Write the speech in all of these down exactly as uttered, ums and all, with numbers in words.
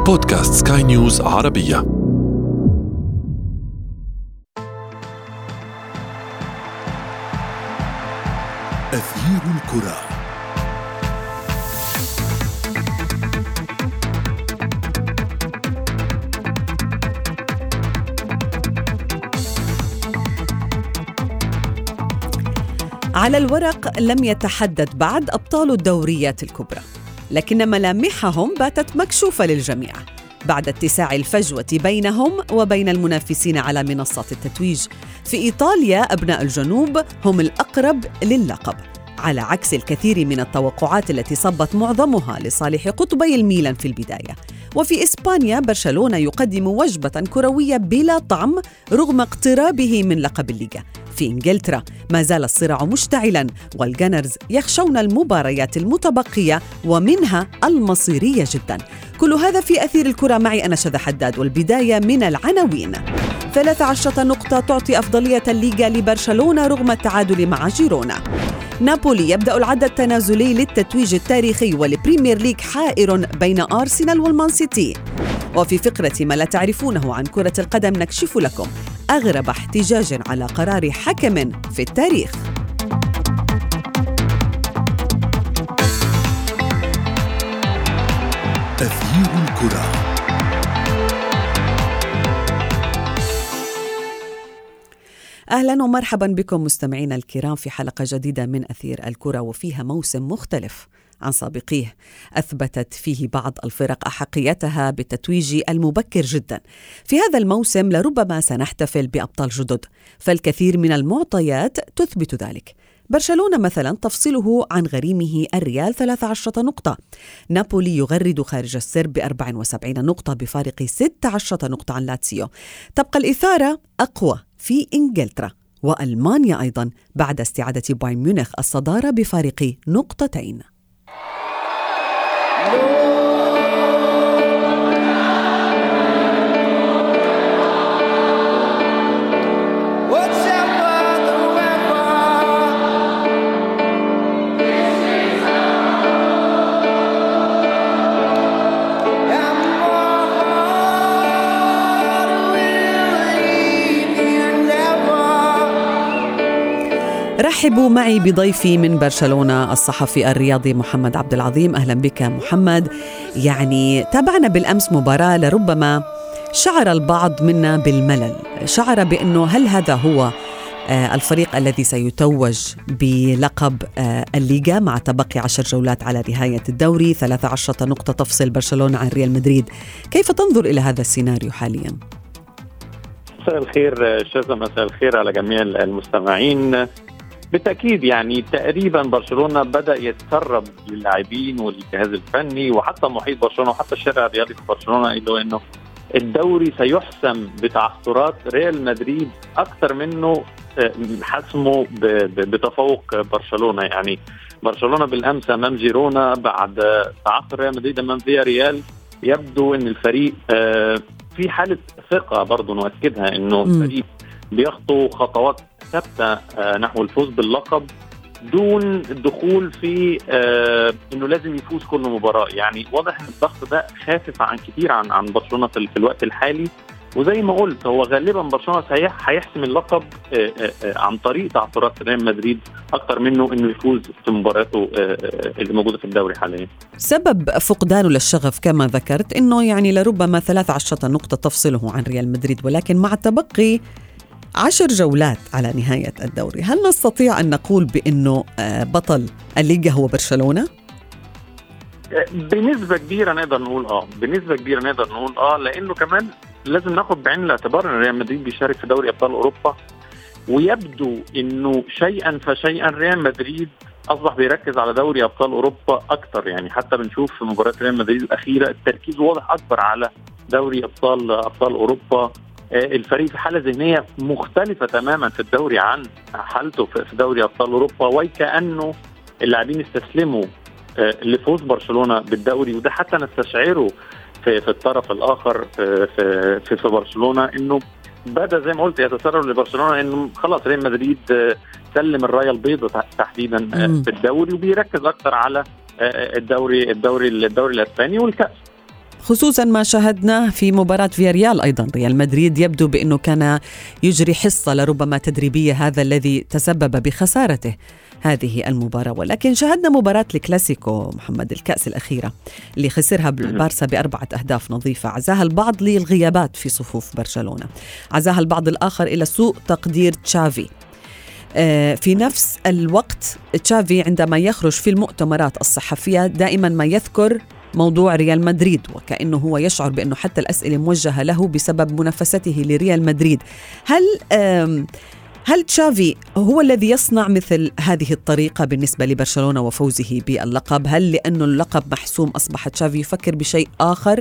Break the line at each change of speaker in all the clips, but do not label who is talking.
بودكاست سكاي نيوز عربية. أثير الكرة.
على الورق لم يتحدد بعد أبطال الدوريات الكبرى، لكن ملامحهم باتت مكشوفة للجميع بعد اتساع الفجوة بينهم وبين المنافسين على منصات التتويج. في إيطاليا أبناء الجنوب هم الأقرب للقب، على عكس الكثير من التوقعات التي صبت معظمها لصالح قطبي الميلان في البداية. وفي إسبانيا برشلونة يقدم وجبة كروية بلا طعم رغم اقترابه من لقب الليغا. في إنجلترا ما زال الصراع مشتعلاً، والجانرز يخشون المباريات المتبقية ومنها المصيرية جداً. كل هذا في أثير الكرة معي أنا شذى حداد، والبداية من العناوين. ثلاث عشرة نقطة تعطي أفضلية الليغا لبرشلونة رغم التعادل مع جيرونا. نابولي يبدأ العد التنازلي للتتويج التاريخي، والبريمير ليج حائر بين أرسنال والمان سيتي. وفي فقرة ما لا تعرفونه عن كرة القدم نكشف لكم أغرب احتجاج على قرار حكم في التاريخ.
أثير الكرة.
أهلا ومرحبا بكم مستمعينا الكرام في حلقة جديدة من أثير الكرة، وفيها موسم مختلف عن سابقيه أثبتت فيه بعض الفرق أحقيتها بالتتويج المبكر جدا. في هذا الموسم لربما سنحتفل بأبطال جدد، فالكثير من المعطيات تثبت ذلك. برشلونة مثلا تفصله عن غريمه الريال ثلاث عشرة نقطة. نابولي يغرد خارج السرب بأربع وسبعين نقطة بفارق ستة عشر نقطة عن لاتسيو. تبقى الإثارة أقوى في إنجلترا، وألمانيا أيضا بعد استعادة بايرن ميونخ الصدارة بفارق نقطتين. رحبوا معي بضيفي من برشلونة الصحفي الرياضي محمد عبد العظيم. أهلا بك محمد. يعني تابعنا بالأمس مباراة لربما شعر البعض منا بالملل، شعر بأنه هل هذا هو الفريق الذي سيتوج بلقب الليغا مع تبقي عشر جولات على نهاية الدوري، ثلاث عشرة نقطة تفصل برشلونة عن ريال مدريد. كيف تنظر إلى هذا السيناريو حاليا؟
مساء الخير شذى، مساء الخير على جميع المستمعين. بالتأكيد يعني تقريبا برشلونة بدأ يتسرب للاعبين والجهاز الفني وحتى محيط برشلونة وحتى الشارع الرياضي في برشلونة إنه إنه الدوري سيحسم بتعثرات ريال مدريد أكثر منه حسمه بتفوق برشلونة. يعني برشلونة بالأمس أمام جيرونا بعد تعثر ريال مدريد أمام فيا ريال، يبدو إن الفريق في حالة ثقة، برضو نؤكدها إنه الفريق بيخطو خطوات ثابتة نحو الفوز باللقب دون الدخول في آه انه لازم يفوز كل مباراة. يعني واضح ان الضغط ده خافف عن كتير عن عن برشلونة في, في الوقت الحالي، وزي ما قلت هو غالبا برشلونة هيحسم اللقب آه آه عن طريق تعثرات ريال مدريد اكتر منه انه يفوز في مباراته آه اللي موجودة في الدوري حاليا.
سبب فقدانه للشغف كما ذكرت انه يعني لربما ثلاث عشرة نقطة تفصله عن ريال مدريد، ولكن مع التبقي عشر جولات على نهاية الدوري هل نستطيع أن نقول بأنه بطل الليغا هو برشلونة؟
بنسبة كبيرة نقدر نقول آه بنسبة كبيرة نقدر نقول آه لأنه كمان لازم ناخد بعين الاعتبار أن ريال مدريد بيشارك في دوري أبطال أوروبا، ويبدو أنه شيئا فشيئا ريال مدريد أصبح بيركز على دوري أبطال أوروبا أكتر. يعني حتى بنشوف في مباراة ريال مدريد الأخيرة التركيز واضح أكبر على دوري أبطال أبطال أوروبا. الفريق في حالة ذهنية مختلفة تماما في الدوري عن حالته في دوري أبطال أوروبا، وكأنه اللاعبين استسلموا لفوز برشلونة بالدوري. وده حتى نستشعره في, في الطرف الآخر في, في, في برشلونة، إنه بدأ زي ما قلت يتسرب لبرشلونة إنه خلاص ريال مدريد سلم الراية البيضاء تحديدا في الدوري، وبيركز أكتر على الدوري الدوري الدوري الإسباني والكأس.
خصوصا ما شاهدناه في مباراة فياريال. أيضا ريال مدريد يبدو بأنه كان يجري حصة لربما تدريبية، هذا الذي تسبب بخسارته هذه المباراة. ولكن شاهدنا مباراة الكلاسيكو محمد، الكأس الأخيرة اللي خسرها البارسا بأربعة أهداف نظيفة، عزاها البعض للغيابات في صفوف برشلونة، عزاها البعض الآخر إلى سوء تقدير تشافي. في نفس الوقت تشافي عندما يخرج في المؤتمرات الصحفية دائما ما يذكر موضوع ريال مدريد، وكأنه هو يشعر بأنه حتى الأسئلة موجهة له بسبب منافسته لريال مدريد. هل هل تشافي هو الذي يصنع مثل هذه الطريقة بالنسبة لبرشلونة وفوزه باللقب؟ هل لأنه اللقب محسوم أصبح تشافي يفكر بشيء آخر؟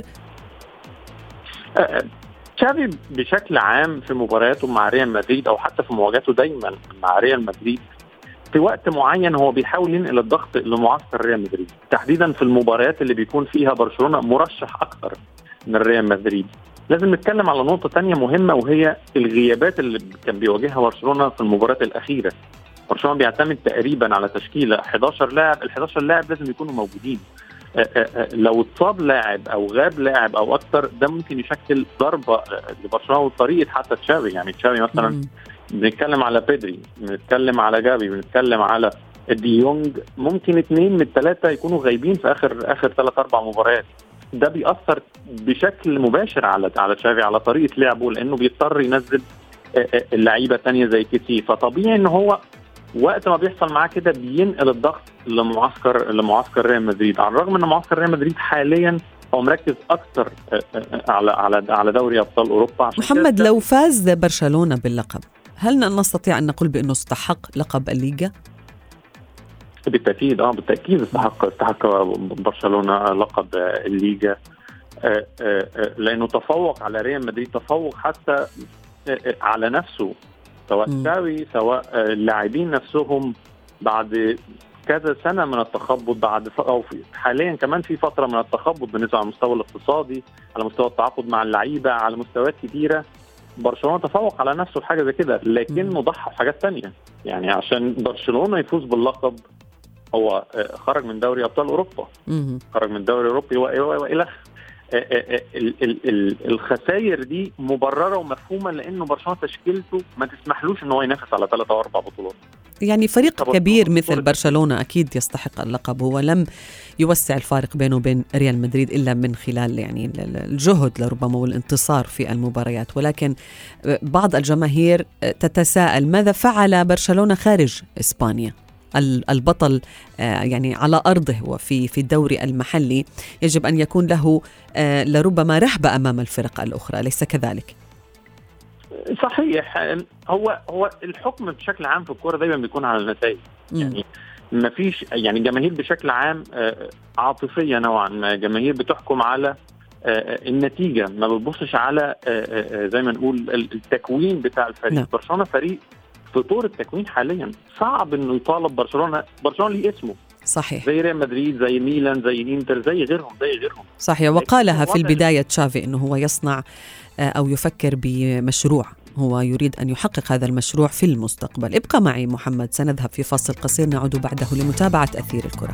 تشافي بشكل عام في مبارياته مع ريال مدريد أو حتى في مواجهاته دايما مع ريال مدريد في وقت معين هو بيحاول ينقل الضغط لمعسكر ريال مدريد، تحديدا في المباريات اللي بيكون فيها برشلونة مرشح أكثر من ريال مدريد. لازم نتكلم على نقطة تانية مهمة، وهي الغيابات اللي كان بيواجهها برشلونة في المباريات الأخيرة. برشلونة بيعتمد تقريبا على تشكيلة إحدى عشر لاعب، ال إحدى عشر لاعب لازم يكونوا موجودين. لو اتصاب لاعب أو غاب لاعب أو أكثر ده ممكن يشكل ضربة لبرشلونة وطريقة حتى تشافي. يعني تشافي مثلا بنتكلم على بيدري، بنتكلم على جافي، بنتكلم على دي يونغ، ممكن اثنين من الثلاثة يكونوا غايبين في آخر آخر ثلاث أربع مباريات. ده بيأثر بشكل مباشر على على تشافي، على طريقة لعبه، لأنه بيضطر ينزل اللعيبة تانية زي كيسي. فطبيعي إن هو وقت ما بيحصل معاه كده بينقل الضغط لمعسكر لمعسكر ريال مدريد، على الرغم إن معسكر ريال مدريد حاليا هو مركز أكتر على على على دوري أبطال أوروبا.
محمد، لو فاز برشلونة باللقب هل نستطيع أن نقول بأنه استحق لقب الليغا؟
بالتأكيد اه بالتأكيد استحق استحق برشلونة لقب الليغا، آه آه لأنه تفوق على ريال مدريد، تفوق حتى آه على نفسه، سواء تشافي سواء اللاعبين نفسهم بعد كذا سنة من التخبط، بعد أو حاليا كمان في فترة من التخبط بالنسبة على المستوى الاقتصادي، على مستوى التعاقد مع اللعيبة، على مستويات كتيرة. برشلونة تفوق على نفسه حاجة زي كده، لكنه ضحى بحاجات تانية. يعني عشان برشلونة يفوز باللقب هو خرج من دوري أبطال أوروبا، خرج من دوري أوروبي وإلى الخسائر دي مبررة ومفهومة، لأنه برشلونة تشكيلته ما تسمحلوش إنه ينافس على ثلاثة أو أربع بطولات.
يعني فريق كبير مثل برشلونة أكيد يستحق اللقب، هو لم يوسع الفارق بينه وبين ريال مدريد إلا من خلال يعني الجهد لربما والانتصار في المباريات. ولكن بعض الجماهير تتساءل ماذا فعل برشلونة خارج إسبانيا؟ البطل يعني على أرضه وفي في الدوري المحلي يجب أن يكون له لربما رهبة أمام الفرق الأخرى، ليس كذلك؟
صحيح. هو هو الحكم بشكل عام في الكورة دايما بيكون على النتائج. يعني ما فيش يعني جماهير بشكل عام عاطفية نوعا ما، جماهير بتحكم على النتيجة، ما بتبصش على زي ما نقول التكوين بتاع الفريق. برشلونة فريق في طور التكوين حاليا، صعب انه يطالب برشلونة برشلونة ليه اسمه
صحيح،
زي ريال مدريد، زي ميلان، زي انتر، زي غيرهم زي غيرهم
صحيح. وقالها في البداية تشافي انه هو يصنع او يفكر بمشروع، هو يريد ان يحقق هذا المشروع في المستقبل. ابقى معي محمد، سنذهب في فاصل قصير، نعود بعده لمتابعة أثير الكرة.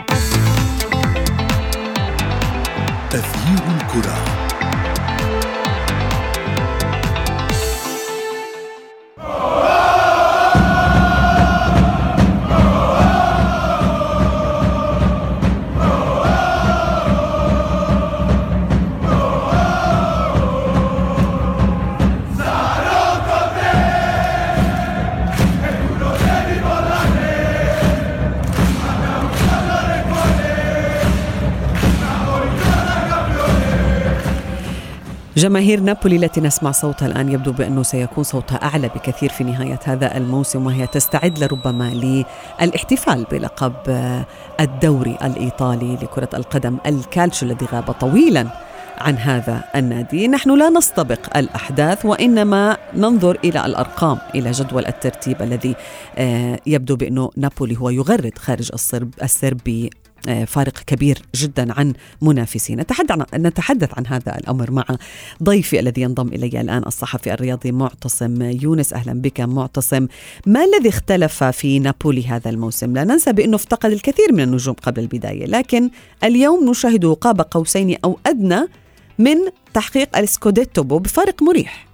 أثير الكرة.
جماهير نابولي التي نسمع صوتها الآن يبدو بأنه سيكون صوتها أعلى بكثير في نهاية هذا الموسم، وهي تستعد لربما للاحتفال بلقب الدوري الإيطالي لكرة القدم الكالتشو الذي غاب طويلا عن هذا النادي. نحن لا نستبق الأحداث وإنما ننظر إلى الأرقام، إلى جدول الترتيب الذي يبدو بأنه نابولي هو يغرد خارج السرب فارق كبير جدا عن منافسين. نتحدث عن هذا الأمر مع ضيفي الذي ينضم إلي الآن الصحفي الرياضي معتصم يونس. أهلا بك معتصم. ما الذي اختلف في نابولي هذا الموسم؟ لا ننسى بأنه افتقد الكثير من النجوم قبل البداية، لكن اليوم نشاهد قاب قوسين أو أدنى من تحقيق السكوديتو بفارق مريح.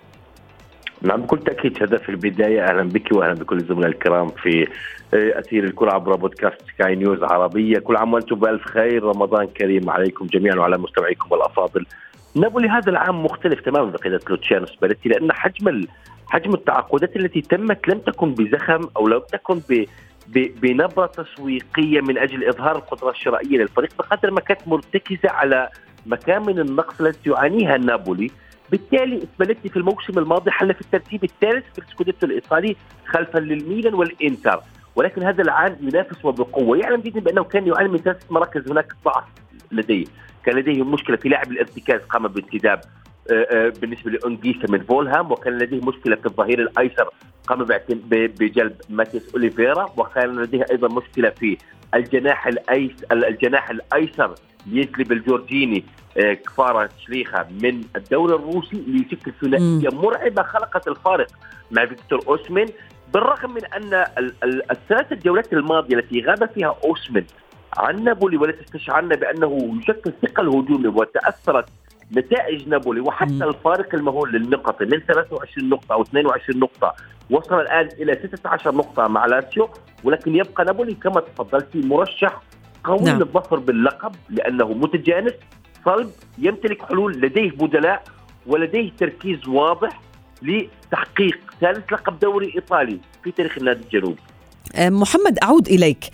نعم بكل تأكيد. هذا في البداية أهلا بك وأهلا بكل الزملاء الكرام في أثير الكرة عبر بودكاست سكاي نيوز عربية. كل عام وأنتم بألف خير، رمضان كريم عليكم جميعا وعلى مستمعيكم الأفاضل. نابولي هذا العام مختلف تماما بقيادة لوتشيانو سباليتي، لأن حجم حجم التعاقدات التي تمت لم تكن بزخم أو لم تكن ب بنبرة تسويقية من أجل إظهار القدرة الشرائية للفريق، بقدر ما كانت مرتكزة على مكان من النقص التي يعانيها نابولي. بالتالي سباليتي في الموسم الماضي حل في الترتيب الثالث في السكوديتو الإيطالي خلفا للميلان والإنتر، ولكن هذا العام ينافس وبقوة. يعلم جدا بأنه كان يعاني من ثلاث مراكز هناك ضعف لديه. كان لديه مشكلة في لاعب الارتكاز قام بانتداب بالنسبة لأونجيسا من فولهام، وكان لديه مشكلة في الظهير الأيسر قام بجلب ماتيس أوليفيرا، وكان لديه أيضا مشكلة في الجناح الأيسر الجناح الأيسر يجلب الجورجيني كفارة شليخة من الدوري الروسي ليشكل ثنائية مرعبة خلقت الفارق مع فيكتور أوسمين. بالرغم من أن الثلاث الجولات الماضية التي غاب فيها أوسمين عن نابولي والتي استشعرنا بأنه يشكل ثقل هجومي وتأثرت نتائج نابولي وحتى الفارق المهول للنقط من ثلاثة وعشرين نقطة أو اثنين وعشرين نقطة وصل الآن إلى ستة عشر نقطة مع لاتسيو، ولكن يبقى نابولي كما تفضلت مرشح قوي نعم. للظفر باللقب، لأنه متجانس صلب، يمتلك حلول، لديه بدلاء، ولديه تركيز واضح لتحقيق ثالث لقب دوري إيطالي في تاريخ النادي الجنوبي.
محمد أعود إليك.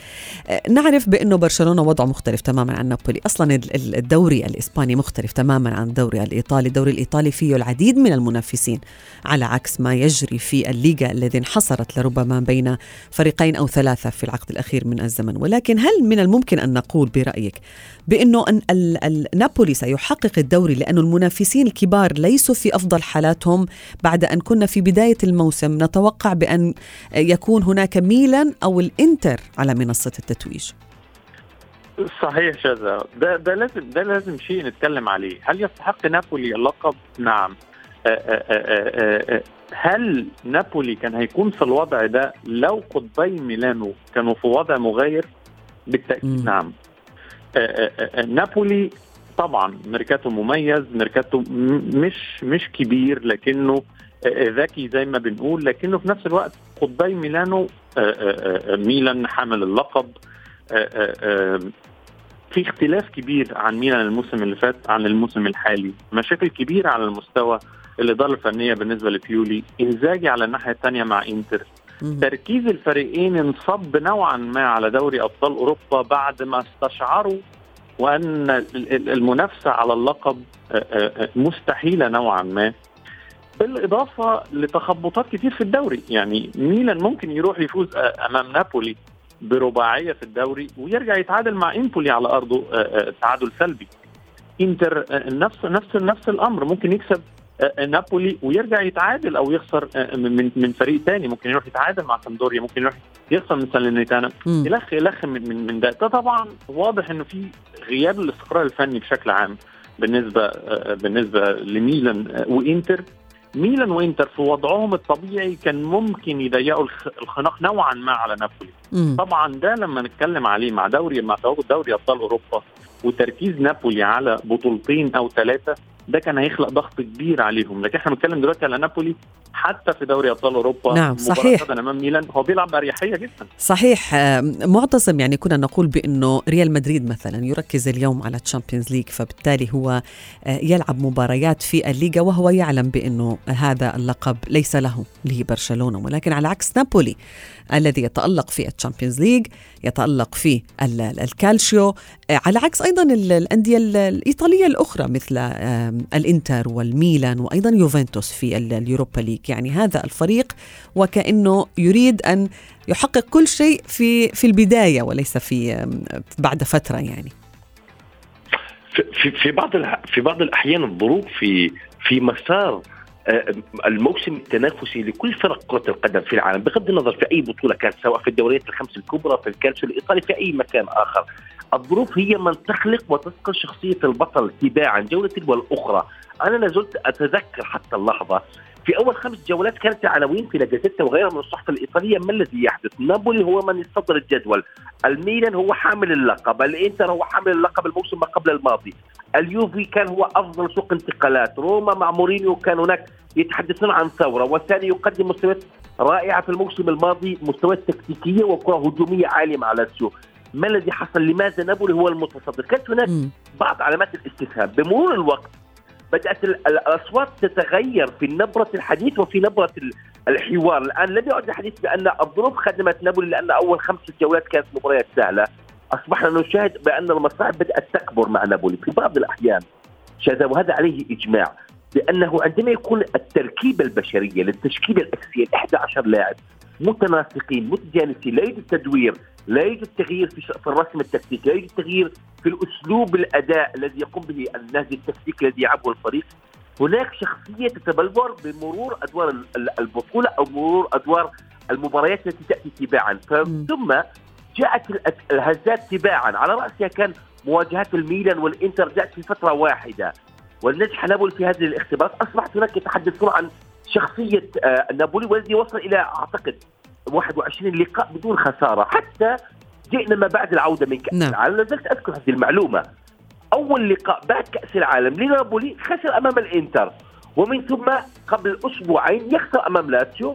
نعرف بأنه برشلونة وضعه مختلف تماما عن نابولي، أصلا الدوري الإسباني مختلف تماما عن الدوري الإيطالي. الدوري الإيطالي فيه العديد من المنافسين على عكس ما يجري في الليغا الذي انحصرت لربما بين فريقين أو ثلاثة في العقد الأخير من الزمن. ولكن هل من الممكن أن نقول برأيك بأنه نابولي سيحقق الدوري لأن المنافسين الكبار ليسوا في أفضل حالاتهم، بعد أن كنا في بداية الموسم نتوقع بأن يكون هناك ميلان أو الإنتر على منصة التتويج؟
صحيح شذا، ده ده لازم ده لازم شيء نتكلم عليه. هل يستحق نابولي اللقب؟ نعم. آآ آآ آآ هل نابولي كان هيكون في الوضع ده لو قطبي ميلانو كانوا في وضع مغاير؟ بالتأكيد م. نعم. آآ آآ نابولي طبعا ميركاتو مميز، ميركاتو مش مش كبير لكنه ذكي زي ما بنقول، لكنه في نفس الوقت قطبي ميلانو ميلان حامل اللقب. في اختلاف كبير عن ميلان الموسم اللي فات عن الموسم الحالي، مشاكل كبيرة على المستوى الإدارة الفنية بالنسبة لبيولي، إنزاجي على الناحية الثانية مع إنتر. تركيز الفريقين انصب نوعا ما على دوري أبطال أوروبا بعد ما استشعروا وأن المنافسة على اللقب مستحيلة نوعا ما، بالإضافة لتخبطات كتير في الدوري. يعني ميلان ممكن يروح يفوز أمام نابولي برباعية في الدوري ويرجع يتعادل مع إمبولي على أرضه تعادل سلبي. إنتر نفس نفس نفس الأمر، ممكن يكسب نابولي ويرجع يتعادل أو يخسر من من فريق تاني، ممكن يروح يتعادل مع سامدوريا، ممكن يروح يخسر من ساليرنيتانا، يلخ يلخ من من من ده. طبعا واضح إنه في غياب الاستقرار الفني بشكل عام بالنسبة بالنسبة لميلان وإنتر. ميلان وإنتر في وضعهم الطبيعي كان ممكن يضيقوا الخناق نوعا ما على نابولي. مم. طبعا ده لما نتكلم عليه مع دوري مع دوري أبطال أوروبا وتركيز نابولي على بطولتين أو ثلاثة، ده كان هيخلق ضغط كبير عليهم. لكن احنا بنتكلم دلوقتي على نابولي حتى في دوري ابطال اوروبا.
نعم صحيح.
امام ميلان هو بيلعب باريحيه جدا.
صحيح. معتصم، يعني كنا نقول بانه ريال مدريد مثلا يركز اليوم على تشامبيونز ليج، فبالتالي هو يلعب مباريات في الليغا وهو يعلم بانه هذا اللقب ليس له لبرشلونه، ولكن على عكس نابولي الذي يتألق في الشامبيونز ليج، يتألق في الكالشيو، على عكس أيضا الأندية الإيطالية الأخرى مثل الإنتر والميلان وأيضا يوفنتوس في اليوروبا ليج. يعني هذا الفريق وكأنه يريد أن يحقق كل شيء في في البداية وليس في بعد فترة. يعني
في في بعض في بعض الأحيان الظروف في في مسار الموسم التنافسي لكل فرق كرة القدم في العالم بغض النظر في أي بطولة كانت، سواء في الدوريات الخمس الكبرى، في الكالشيو الإيطالي، في أي مكان آخر، الظروف هي من تخلق وتسقل شخصية البطل تباعا جولة تلو الأخرى. أنا لازلت أتذكر حتى اللحظة في أول خمس جولات كانت العناوين في لاجازيتا وغيرها من الصحف الإيطالية: ما الذي يحدث؟ نابولي هو من يتصدر الجدول، الميلان هو حامل اللقب، الإنتر هو حامل اللقب الموسم ما قبل الماضي، اليوفي كان هو أفضل سوق انتقالات، روما مع مورينيو كان هناك يتحدثون عن ثورة، وثاني يقدم مستويات رائعة في الموسم الماضي، مستويات تكتيكية وكرة هجومية عالية مع لاتسيو. ما الذي حصل؟ لماذا نابولي هو المتصدر؟ كانت هناك بعض علامات الاستفهام. بمرور الوقت بدأت الأصوات تتغير في نبرة الحديث وفي نبرة الحوار. الآن لم يعد الحديث بأن الظروف خدمت نابولي لأن أول خمس جولات كانت مباريات سهلة. أصبحنا نشاهد بأن المصاعب بدأت تكبر مع نابولي في بعض الأحيان شذا، وهذا عليه إجماع بأنه عندما يكون التركيبة البشرية للتشكيلة الأساسية إحدى عشر لاعب متناسقين متجانسين، لا يوجد تدوير، لا يوجد تغيير في الرسم التكتيكي، لا يوجد تغيير في الأسلوب الأداء الذي يقوم به النهج التكتيكي الذي يلعبه الفريق، هناك شخصية تتبلور بمرور أدوار البطولة أو مرور أدوار المباريات التي تأتي تباعا. ثم جاءت الهزات تباعا، على رأسها كان مواجهات الميلان والإنتر جاءت في فترة واحدة، والنجح نابولي في هذه الاختبارات. أصبحت هناك يتحدثون عن شخصية نابولي والذي وصل إلى أعتقد واحد وعشرين لقاء بدون خسارة، حتى جئنا ما بعد العودة من كأس
نعم.
العالم. لازلت أذكر هذه المعلومة، أول لقاء بعد كأس العالم لنابولي خسر أمام الإنتر، ومن ثم قبل أسبوعين يخسر أمام لاتسيو،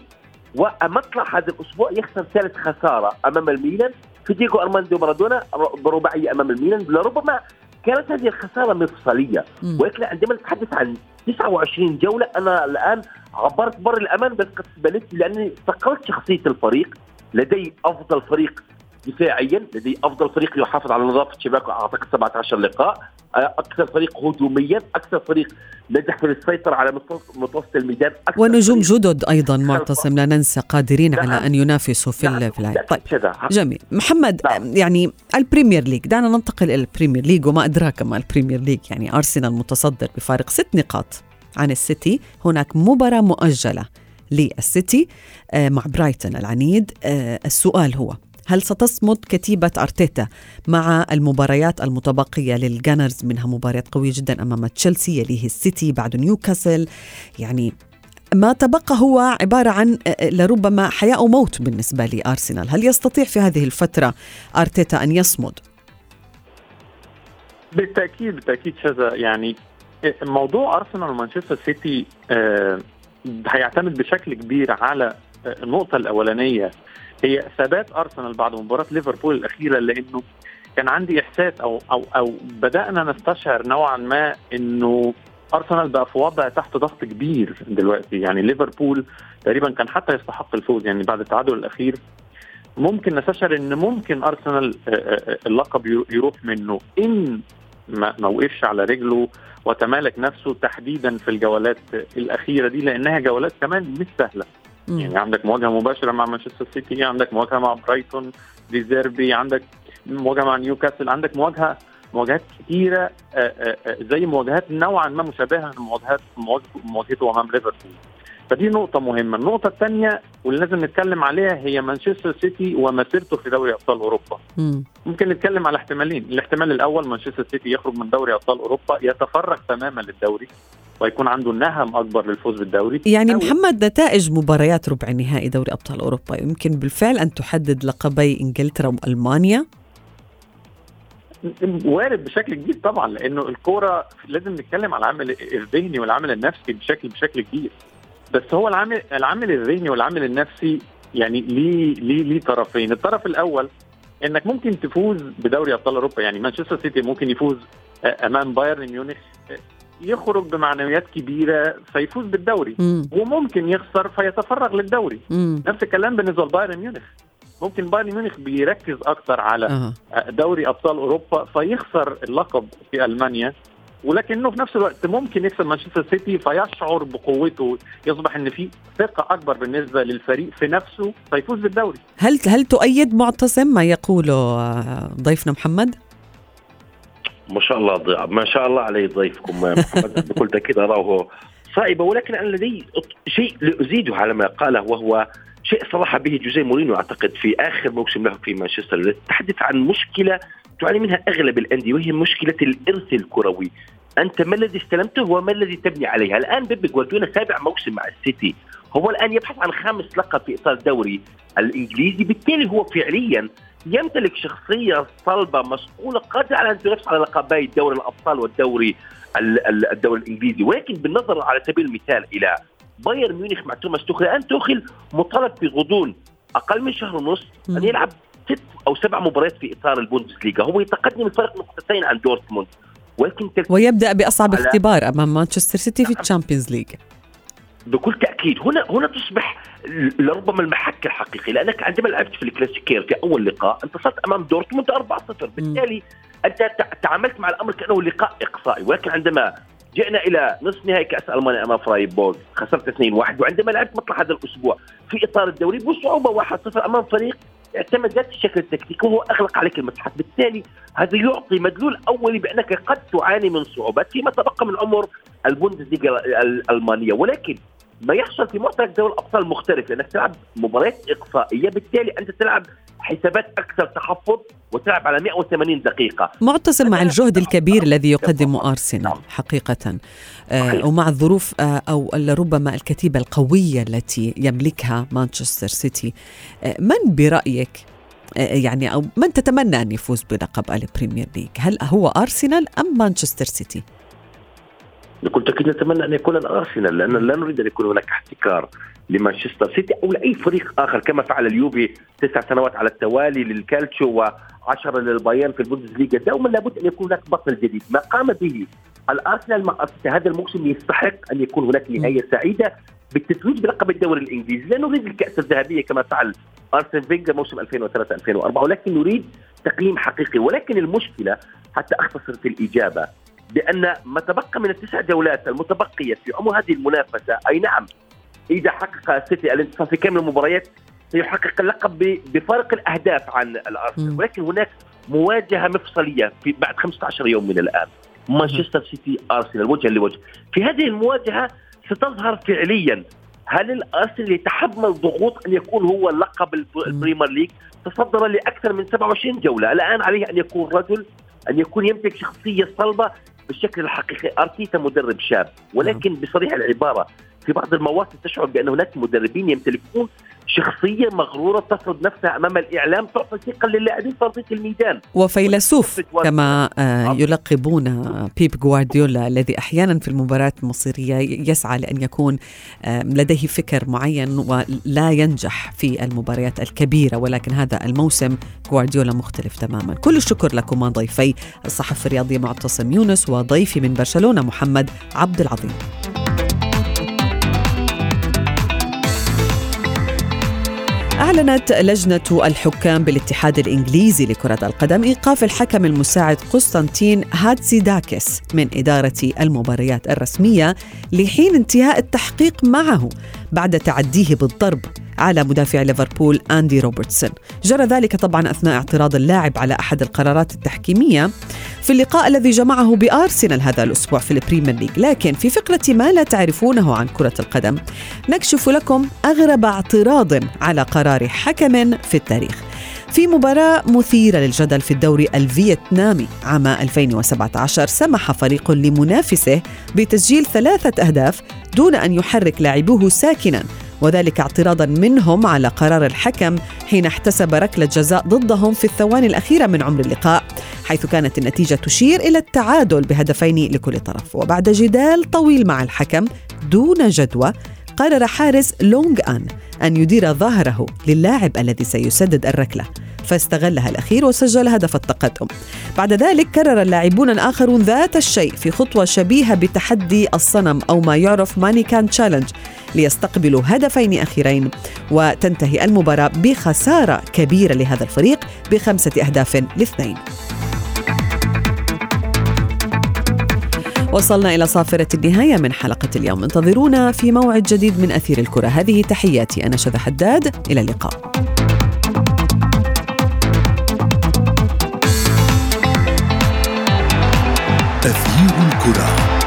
ومطلع هذا الأسبوع يخسر ثالث خسارة أمام الميلان في ديغو أرماندو مارادونا برباعية أمام الميلان. لربما كانت هذه الخسارة مفصلية، ولكن عندما نتحدث عن تسعة وعشرين جولة أنا الآن عبرت بر الأمان بس قد بلدت، لأنني استقلت شخصية الفريق. لدي أفضل فريق دفاعيا، لدي أفضل فريق يحافظ على نظافة شباكه أعتقد سبعة عشر لقاء، أكثر فريق هجوميا، أكثر فريق نجح في السيطرة على متوسط الميدان،
ونجوم جدد أيضا معتصم لا ننسى قادرين على أن ينافسوا في اللاعب. طيب جميل محمد، يعني البريمير ليج، دعنا ننتقل إلى البريمير ليج وما أدراك ما البريمير ليج. يعني أرسنال متصدر بفارق ست نقاط عن السيتي، هناك مباراة مؤجلة للسيتي مع برايتون العنيد. السؤال هو: هل ستصمد كتيبة أرتيتا مع المباريات المتبقية للجانرز؟ منها مباريات قوية جدا أمام تشيلسي، يليه السيتي، بعد نيوكاسل. يعني ما تبقى هو عبارة عن لربما حياة أو موت بالنسبة لأرسنال. هل يستطيع في هذه الفترة أرتيتا أن يصمد؟
بالتأكيد بالتأكيد شذا. يعني موضوع أرسنال ومانشستر سيتي آه هيعتمد بشكل كبير على النقطة الأولانية، هي ثبات أرسنال بعد مباراة ليفربول الأخيرة، لأنه كان عندي إحساس أو أو أو بدأنا نستشعر نوعا ما إنه أرسنال بقى في وضع تحت ضغط كبير دلوقتي. يعني ليفربول تقريبا كان حتى يستحق الفوز، يعني بعد التعادل الأخير ممكن نستشعر إن ممكن أرسنال اللقب يروح منه إن ما وقفش على رجله وتمالك نفسه، تحديدا في الجولات الأخيرة دي، لأنها جولات كمان مش سهلة. يعني عندك مواجهة مباشرة مع مانشستر سيتي، عندك مواجهة مع برايتون ديزيربي، عندك مواجهة مع نيوكاسل، عندك مواجهة مواجهات كثيرة زي مواجهات نوعا ما مشابهة لمواجهات مواجهته أمام ليفربول. فدي نقطة مهمة. النقطة الثانية واللي لازم نتكلم عليها هي مانشستر سيتي ومسيرته في دوري أبطال أوروبا. مم. ممكن نتكلم على احتمالين. الاحتمال الأول مانشستر سيتي يخرج من دوري أبطال أوروبا، يتفرغ تماما للدوري ويكون عنده نهم أكبر للفوز بالدوري.
يعني محمد، نتائج مباريات ربع النهائي دوري أبطال أوروبا يمكن بالفعل أن تحدد لقبي إنجلترا وألمانيا؟
وارد بشكل كبير طبعا، لأنه الكورة لازم نتكلم على العامل الذهني والعامل النفسي بشكل بشكل كبير. بس هو العامل العامل الذهني والعامل النفسي يعني ليه ليه ليه طرفين. الطرف الأول إنك ممكن تفوز بدوري أبطال أوروبا، يعني مانشستر سيتي ممكن يفوز أمام بايرن ميونخ يخرج بمعنويات كبيرة فيفوز بالدوري، مم. وممكن يخسر فيتفرغ للدوري. مم. نفس الكلام بالنسبة لبايرن ميونخ، ممكن بايرن ميونخ بيركز أكثر على أه. دوري أبطال أوروبا فيخسر اللقب في ألمانيا، ولكنه في نفس الوقت ممكن يكسب مانشستر سيتي فيشعر بقوته، يصبح ان في ثقة أكبر بالنسبة للفريق في نفسه فيفوز بالدوري.
هل هل تؤيد معتصم ما يقوله ضيفنا محمد؟
ما شاء الله ما شاء الله عليه ضيفكم محمد، بكل تأكيد أراه صائبة، ولكن أنا لدي شيء لأزيده على ما قاله، وهو شيء صرح به جوزيه مورينيو أعتقد في آخر موسم له في مانشستر، تحدث عن مشكلة تعاني منها أغلب الأندية، وهي مشكلة الإرث الكروي. أنت ما الذي استلمته وما الذي تبني عليه. الآن بيب جوارديولا سابع موسم مع السيتي، هو الآن يبحث عن خامس لقب في إطار الدوري الإنجليزي، بالتالي هو فعليا يمتلك شخصية صلبة مسؤولة قادرة على أن تنافس على لقبي دوري الأبطال والدوري الدوري الإنجليزي. ولكن بالنظر على سبيل المثال إلى بايرن ميونخ مع توماس توخيل، الآن توخيل مطالب في غضون أقل من شهر ونص أن يلعب ست أو سبع مباريات في إطار البوندسليغا، هو يتقدم الفرق نقطتين عن دورتموند، ولكن
ويبدأ بأصعب اختبار أمام مانشستر سيتي في الشامبيونز ليج.
بكل تأكيد هنا هنا تصبح لربما المحك الحقيقي، لأنك عندما لعبت في الكلاسيكير في أول لقاء انتصرت أمام دورتموند أربعة صفر، بالتالي أنت تعاملت مع الأمر كأنه لقاء إقصائي. ولكن عندما جئنا إلى نصف نهائي كأس ألمانيا أمام فرايبورغ خسرت اثنين واحد، وعندما لعبت مطلع هذا الأسبوع في إطار الدوري بصعوبة واحد صفر أمام فريق اعتمد ذات الشكل التكتيكي وهو أغلق عليك المساحات، بالتالي هذا يعطي مدلول أولي بأنك قد تعاني من صعوبات فيما تبقى من عمر البوندسليغا الألمانية. ولكن ما يحصل في معترك دوري الأبطال مختلف، لأنك تلعب مباريات إقصائية، بالتالي أنت تلعب حسابات أكثر تحفظ وتلعب على مئة وثمانين دقيقة.
معتصم، مع الجهد الكبير الذي يقدمه أرسنال حقيقة آه ومع الظروف آه أو ربما الكتيبة القوية التي يملكها مانشستر سيتي، آه من برأيك آه يعني أو من تتمنى أن يفوز بلقب البريمير ليج؟ هل هو أرسنال أم مانشستر سيتي؟
بكل تأكيد نتمنى أن يكون الأرسنال، لأن لا نريد أن يكون هناك احتكار لمانشستر سيتي أو لأي فريق آخر كما فعل اليوبي تسع سنوات على التوالي للكالتشو وعشرة للبايرن في البوندسليغا. دوما لابد أن يكون هناك بطل جديد. ما قام به الأرسنال مع هذا الموسم يستحق أن يكون هناك نهاية سعيدة بالتتويج بلقب الدوري الإنجليزي. لا نريد الكأس الذهبية كما فعل أرسن فينجر موسم ألفين وثلاثة ألفين وأربعة، ولكن نريد تقييم حقيقي. ولكن المشكلة حتى أختصر في الإجابة بأن ما تبقى من التسع جولات المتبقية في عمر هذه المنافسة، أي نعم إذا حقق السيتي الانتصار في كامل المباريات سيحقق اللقب بفارق الأهداف عن الأرسنال، ولكن هناك مواجهة مفصلية في بعد خمسة عشر يوم من الآن، مانشستر سيتي أرسنال وجها لوجه. في هذه المواجهة ستظهر فعليا هل الأرسنال يتحمل ضغوط أن يكون هو اللقب البريمير ليج، تصدر لأكثر من سبعة وعشرين جولة. الآن عليه أن يكون رجل، أن يكون يمتلك شخصية صلبة بالشكل الحقيقي. أرتيتا مدرب شاب، ولكن بصريح العبارة في بعض المواسم تشعر بأن هناك مدربين يمتلكون شخصية مغرورة تفرض نفسها أمام الإعلام، تعطي ثقة للاعبين في أرضية الميدان.
وفيلسوف كما يلقبون بيب جوارديولا، الذي أحيانا في المباراة المصيرية يسعى لأن يكون لديه فكر معين ولا ينجح في المباريات الكبيرة، ولكن هذا الموسم جوارديولا مختلف تماما. كل الشكر لكم ضيفي الصحفي الرياضي معتصم يونس وضيفي من برشلونة محمد عبد العظيم. أعلنت لجنة الحكام بالاتحاد الإنجليزي لكرة القدم إيقاف الحكم المساعد قسطنطين هاتزيداكس من إدارة المباريات الرسمية لحين انتهاء التحقيق معه بعد تعديه بالضرب على مدافع ليفربول أندي روبرتسون. جرى ذلك طبعا أثناء اعتراض اللاعب على أحد القرارات التحكيمية في اللقاء الذي جمعه بأرسنال هذا الأسبوع في البريمير ليج. لكن في فقرة ما لا تعرفونه عن كرة القدم نكشف لكم أغرب اعتراض على قرار حكم في التاريخ. في مباراة مثيرة للجدل في الدوري الفيتنامي عام ألفين وسبعة عشر، سمح فريق لمنافسه بتسجيل ثلاثة أهداف دون أن يحرك لاعبوه ساكناً، وذلك اعتراضاً منهم على قرار الحكم حين احتسب ركلة جزاء ضدهم في الثواني الأخيرة من عمر اللقاء، حيث كانت النتيجة تشير إلى التعادل بهدفين لكل طرف. وبعد جدال طويل مع الحكم دون جدوى، قرر حارس لونغ آن أن يدير ظهره للاعب الذي سيسدد الركلة، فاستغلها الأخير وسجل هدف التقدم. بعد ذلك كرر اللاعبون الآخرون ذات الشيء في خطوة شبيهة بتحدي الصنم أو ما يعرف مانيكان تشالنج ليستقبلوا هدفين أخيرين، وتنتهي المباراة بخسارة كبيرة لهذا الفريق بخمسة أهداف لاثنين. وصلنا إلى صافرة النهاية من حلقة اليوم. انتظرونا في موعد جديد من أثير الكرة. هذه تحياتي، أنا شذى حداد، إلى اللقاء.
أثير الكرة.